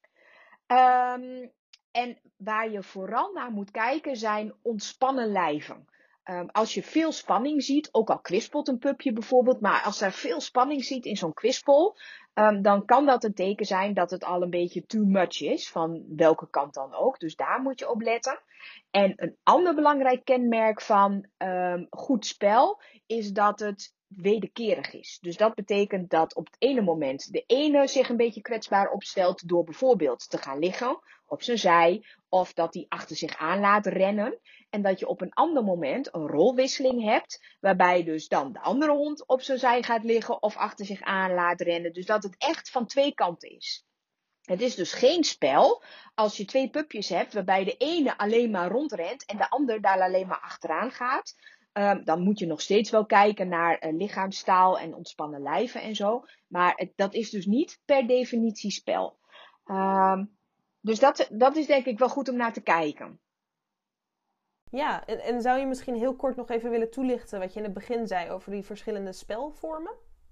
Um, en waar je vooral naar moet kijken zijn ontspannen lijven. Um, als je veel spanning ziet, ook al kwispelt een pupje bijvoorbeeld, maar als er veel spanning ziet in zo'n kwispel, um, dan kan dat een teken zijn dat het al een beetje too much is, van welke kant dan ook. Dus daar moet je op letten. En een ander belangrijk kenmerk van um, goed spel is dat het wederkerig is. Dus dat betekent dat op het ene moment de ene zich een beetje kwetsbaar opstelt door bijvoorbeeld te gaan liggen op zijn zij, of dat hij achter zich aan laat rennen. En dat je op een ander moment een rolwisseling hebt, waarbij dus dan de andere hond op zijn zij gaat liggen of achter zich aan laat rennen. Dus dat het echt van twee kanten is. Het is dus geen spel als je twee pupjes hebt, waarbij de ene alleen maar rondrent en de ander daar alleen maar achteraan gaat. Um, dan moet je nog steeds wel kijken naar uh, lichaamstaal en ontspannen lijven en zo. Maar het, dat is dus niet per definitie spel. Um, dus dat, dat is denk ik wel goed om naar te kijken. Ja, en, en zou je misschien heel kort nog even willen toelichten wat je in het begin zei over die verschillende spelvormen?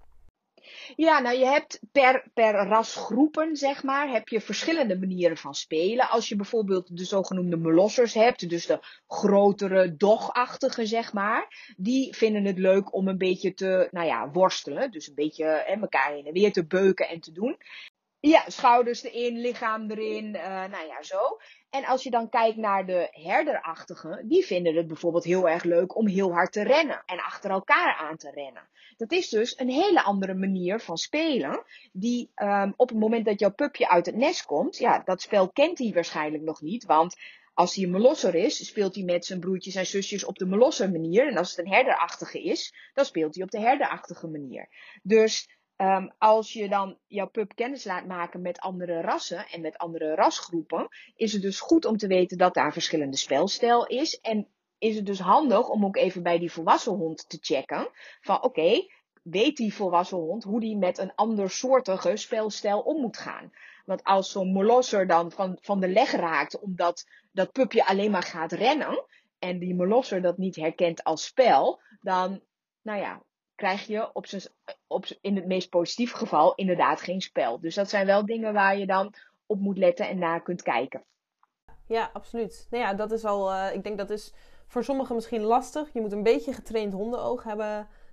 Ja, nou je hebt per, per rasgroepen, zeg maar, heb je verschillende manieren van spelen. Als je bijvoorbeeld de zogenoemde molossers hebt, dus de grotere, dogachtige, zeg maar. Die vinden het leuk om een beetje te, nou ja, worstelen. Dus een beetje hè, elkaar heen en weer te beuken en te doen. Ja, schouders erin, lichaam erin, uh, nou ja, zo. En als je dan kijkt naar de herderachtigen, die vinden het bijvoorbeeld heel erg leuk om heel hard te rennen en achter elkaar aan te rennen. Dat is dus een hele andere manier van spelen, die um, op het moment dat jouw pupje uit het nest komt, ja, dat spel kent hij waarschijnlijk nog niet, want als hij een molosser is, speelt hij met zijn broertjes en zusjes op de molosser manier. En als het een herderachtige is, dan speelt hij op de herderachtige manier. Dus Um, als je dan jouw pup kennis laat maken met andere rassen en met andere rasgroepen, is het dus goed om te weten dat daar verschillende spelstijl is. En is het dus handig om ook even bij die volwassen hond te checken van oké, okay, weet die volwassen hond hoe die met een andersoortige spelstijl om moet gaan. Want als zo'n molosser dan van, van de leg raakt omdat dat pupje alleen maar gaat rennen en die molosser dat niet herkent als spel, dan, nou ja, krijg je op zijn, op, in het meest positieve geval inderdaad geen spel. Dus dat zijn wel dingen waar je dan op moet letten en naar kunt kijken. Ja, absoluut. Nou ja, dat is al, uh, ik denk dat is voor sommigen misschien lastig. Je moet een beetje getraind hondenoog hebben,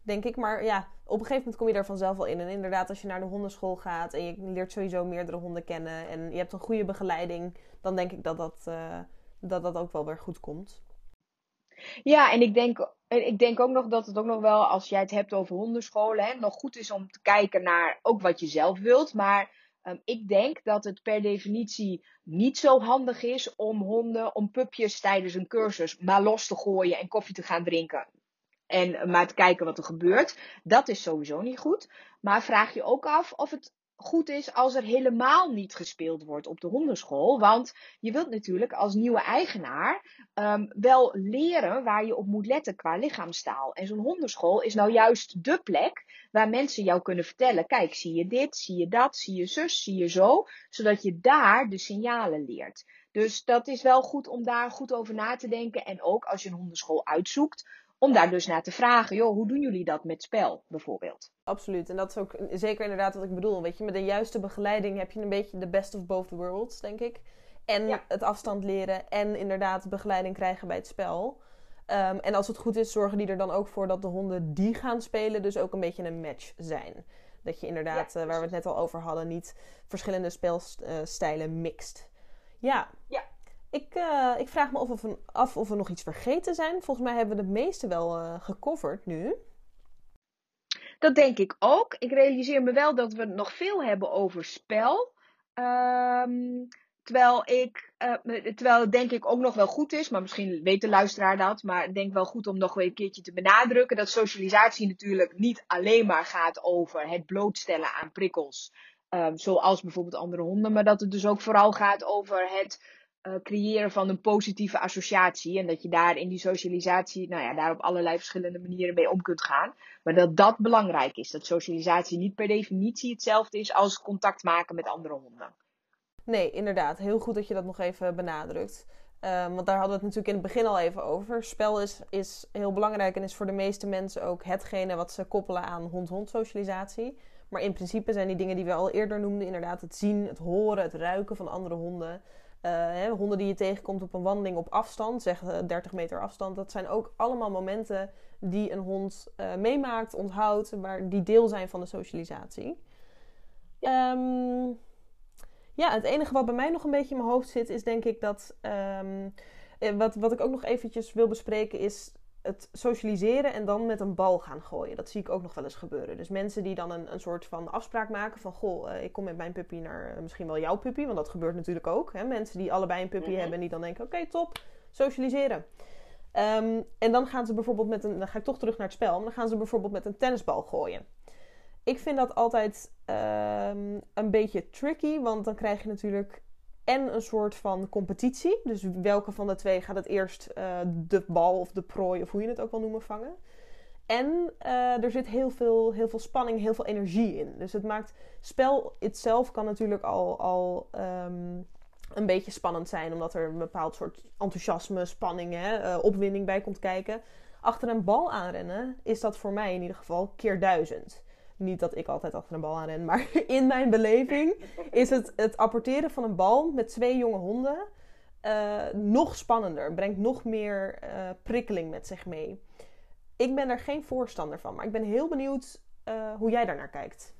denk ik. Maar ja, op een gegeven moment kom je daar vanzelf wel in. En inderdaad, als je naar de hondenschool gaat en je leert sowieso meerdere honden kennen en je hebt een goede begeleiding, dan denk ik dat dat, uh, dat, dat ook wel weer goed komt. Ja, en ik denk, ik denk ook nog dat het ook nog wel, als jij het hebt over hondenscholen, hè, nog goed is om te kijken naar ook wat je zelf wilt. Maar um, ik denk dat het per definitie niet zo handig is om honden, om pupjes tijdens een cursus maar los te gooien en koffie te gaan drinken. En maar te kijken wat er gebeurt. Dat is sowieso niet goed. Maar vraag je ook af of het goed is als er helemaal niet gespeeld wordt op de hondenschool. Want je wilt natuurlijk als nieuwe eigenaar um, wel leren waar je op moet letten qua lichaamstaal. En zo'n hondenschool is nou juist de plek waar mensen jou kunnen vertellen. Kijk, zie je dit, zie je dat, zie je zus, zie je zo. Zodat je daar de signalen leert. Dus dat is wel goed om daar goed over na te denken. En ook als je een hondenschool uitzoekt, om daar dus naar te vragen, joh, hoe doen jullie dat met spel bijvoorbeeld? Absoluut. En dat is ook zeker inderdaad wat ik bedoel. Weet je, met de juiste begeleiding heb je een beetje de best of both worlds, denk ik. En ja. het afstand leren en inderdaad begeleiding krijgen bij het spel. Um, en als het goed is, zorgen die er dan ook voor dat de honden die gaan spelen dus ook een beetje een match zijn. Dat je inderdaad, ja, uh, waar we het net al over hadden, niet verschillende speelstijlen mixt. Ja. Ja. Ik, uh, ik vraag me of we, af of we nog iets vergeten zijn. Volgens mij hebben we de meeste wel uh, gecoverd nu. Dat denk ik ook. Ik realiseer me wel dat we nog veel hebben over spel. Um, terwijl ik, uh, terwijl het denk ik ook nog wel goed is, maar misschien weet de luisteraar dat, maar ik denk wel goed om nog een keertje te benadrukken dat socialisatie natuurlijk niet alleen maar gaat over het blootstellen aan prikkels, um, zoals bijvoorbeeld andere honden, maar dat het dus ook vooral gaat over het Uh, creëren van een positieve associatie. En dat je daar in die socialisatie, nou ja, daar op allerlei verschillende manieren mee om kunt gaan. Maar dat dat belangrijk is. Dat socialisatie niet per definitie hetzelfde is als contact maken met andere honden. Nee, inderdaad. Heel goed dat je dat nog even benadrukt. Uh, want daar hadden we het natuurlijk in het begin al even over. Spel is, is heel belangrijk en is voor de meeste mensen ook hetgene wat ze koppelen aan hond-hond socialisatie. Maar in principe zijn die dingen die we al eerder noemden, inderdaad het zien, het horen, het ruiken van andere honden. Uh, hè, honden die je tegenkomt op een wandeling op afstand, zeg uh, dertig meter afstand. Dat zijn ook allemaal momenten die een hond uh, meemaakt, onthoudt, waar die deel zijn van de socialisatie. Um, ja, het enige wat bij mij nog een beetje in mijn hoofd zit, is denk ik dat... Um, wat, wat ik ook nog eventjes wil bespreken is het socialiseren en dan met een bal gaan gooien. Dat zie ik ook nog wel eens gebeuren. Dus mensen die dan een, een soort van afspraak maken van... Goh, uh, ik kom met mijn puppy naar uh, misschien wel jouw puppy. Want dat gebeurt natuurlijk ook. Hè? Mensen die allebei een puppy mm-hmm. hebben en die dan denken... Oké, okay, top, socialiseren. Um, en dan gaan ze bijvoorbeeld met een... Dan ga ik toch terug naar het spel. Maar dan gaan ze bijvoorbeeld met een tennisbal gooien. Ik vind dat altijd um, een beetje tricky. Want dan krijg je natuurlijk... En een soort van competitie. Dus welke van de twee gaat het eerst uh, de bal of de prooi, of hoe je het ook wil noemen, vangen. En uh, er zit heel veel, heel veel spanning, heel veel energie in. Dus het maakt... Spel itself kan natuurlijk al, al um, een beetje spannend zijn. Omdat er een bepaald soort enthousiasme, spanning, hè, uh, opwinding bij komt kijken. Achter een bal aanrennen is dat voor mij in ieder geval keer duizend. Niet dat ik altijd achter een bal aan ren, maar in mijn beleving is het, het apporteren van een bal met twee jonge honden uh, nog spannender. Brengt nog meer uh, prikkeling met zich mee. Ik ben daar geen voorstander van, maar ik ben heel benieuwd uh, hoe jij daarnaar kijkt.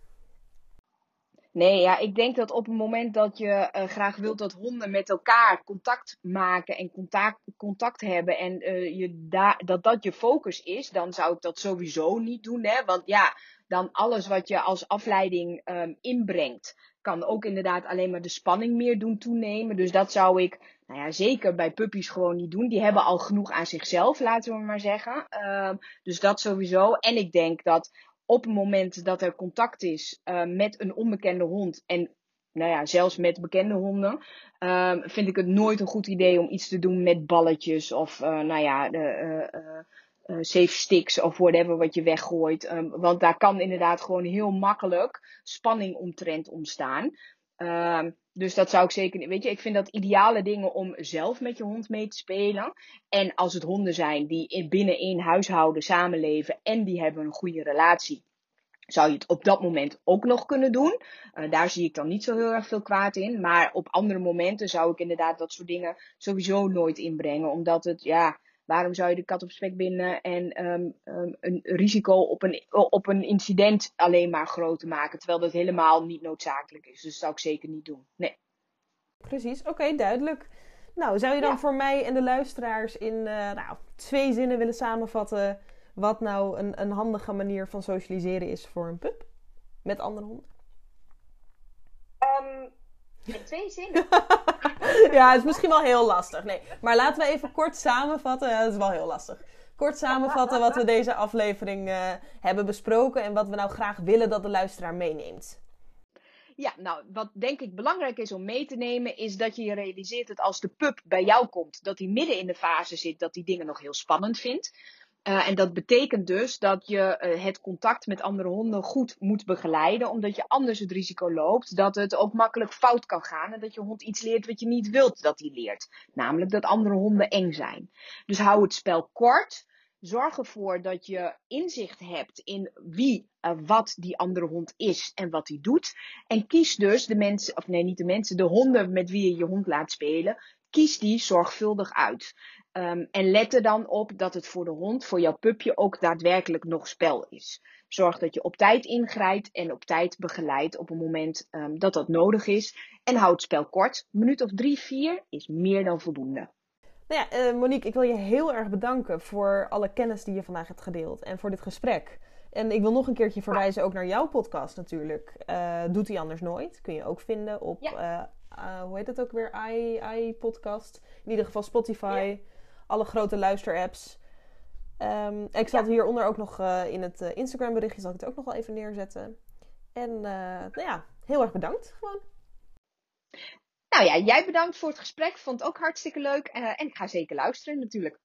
Nee, ja, ik denk dat op het moment dat je uh, graag wilt dat honden met elkaar contact maken en contact, contact hebben en uh, je da- dat dat je focus is, dan zou ik dat sowieso niet doen. Hè? Want ja, dan alles wat je als afleiding um, inbrengt, kan ook inderdaad alleen maar de spanning meer doen toenemen. Dus dat zou ik, nou ja, zeker bij puppies gewoon niet doen. Die hebben al genoeg aan zichzelf, laten we maar zeggen. Um, dus dat sowieso. En ik denk dat op het moment dat er contact is uh, met een onbekende hond en nou ja, zelfs met bekende honden, uh, vind ik het nooit een goed idee om iets te doen met balletjes of uh, nou ja, de, uh, uh, uh, safe sticks of whatever wat je weggooit. Um, want daar kan inderdaad gewoon heel makkelijk spanning omtrent ontstaan. Uh, dus dat zou ik zeker, weet je, ik vind dat ideale dingen om zelf met je hond mee te spelen. En als het honden zijn die binnen één huishouden samenleven en die hebben een goede relatie, zou je het op dat moment ook nog kunnen doen. Uh, daar zie ik dan niet zo heel erg veel kwaad in. Maar op andere momenten zou ik inderdaad dat soort dingen sowieso nooit inbrengen. Omdat het, ja, Waarom zou je de kat op spek binden en um, um, een risico op een, op een incident alleen maar groter maken? Terwijl dat helemaal niet noodzakelijk is. Dus dat zou ik zeker niet doen. Nee. Precies, oké, okay, duidelijk. Nou, zou je dan ja. voor mij en de luisteraars in uh, nou, twee zinnen willen samenvatten wat nou een, een handige manier van socialiseren is voor een pup met andere honden? Um, in twee zinnen? Ja, het is misschien wel heel lastig. Nee, maar laten we even kort samenvatten. Ja, dat is wel heel lastig. Kort samenvatten wat we deze aflevering uh, hebben besproken en wat we nou graag willen dat de luisteraar meeneemt. Ja, nou, wat denk ik belangrijk is om mee te nemen, is dat je je realiseert dat als de pup bij jou komt, dat hij midden in de fase zit, dat hij dingen nog heel spannend vindt. Uh, en dat betekent dus dat je uh, het contact met andere honden goed moet begeleiden, omdat je anders het risico loopt dat het ook makkelijk fout kan gaan en dat je hond iets leert wat je niet wilt dat hij leert. Namelijk dat andere honden eng zijn. Dus hou het spel kort. Zorg ervoor dat je inzicht hebt in wie, uh, wat die andere hond is en wat hij doet. En kies dus de mensen, of nee, niet de mensen, de honden met wie je je hond laat spelen. Kies die zorgvuldig uit. Um, en let er dan op dat het voor de hond, voor jouw pupje, ook daadwerkelijk nog spel is. Zorg dat je op tijd ingrijpt en op tijd begeleidt op het moment um, dat dat nodig is. En houd het spel kort. Een minuut of drie, vier is meer dan voldoende. Nou ja, uh, Monique, ik wil je heel erg bedanken voor alle kennis die je vandaag hebt gedeeld en voor dit gesprek. En ik wil nog een keertje verwijzen ook naar jouw podcast natuurlijk. Uh, Doet hij anders nooit. Kun je ook vinden op, ja. uh, uh, hoe heet het ook weer, i, iPodcast. In ieder geval Spotify, ja. Alle grote luisterapps. Um, ik zal ja. het hieronder ook nog uh, in het uh, Instagram berichtje, zal ik het ook nog wel even neerzetten. En uh, nou ja, heel erg bedankt gewoon. Nou ja, jij bedankt voor het gesprek. Vond het ook hartstikke leuk. Uh, en ik ga zeker luisteren natuurlijk.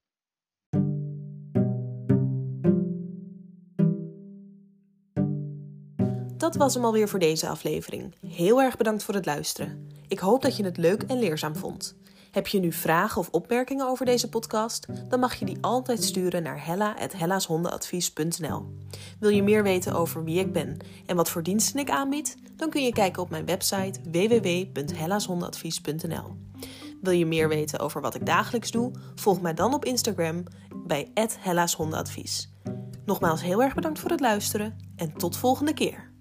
Dat was hem alweer voor deze aflevering. Heel erg bedankt voor het luisteren. Ik hoop dat je het leuk en leerzaam vond. Heb je nu vragen of opmerkingen over deze podcast? Dan mag je die altijd sturen naar hella at hella's hondenadvies punt n l. Wil je meer weten over wie ik ben en wat voor diensten ik aanbied? Dan kun je kijken op mijn website w w w punt hella's hondenadvies punt n l. Wil je meer weten over wat ik dagelijks doe? Volg mij dan op Instagram bij at hella's hondenadvies. Nogmaals heel erg bedankt voor het luisteren en tot volgende keer.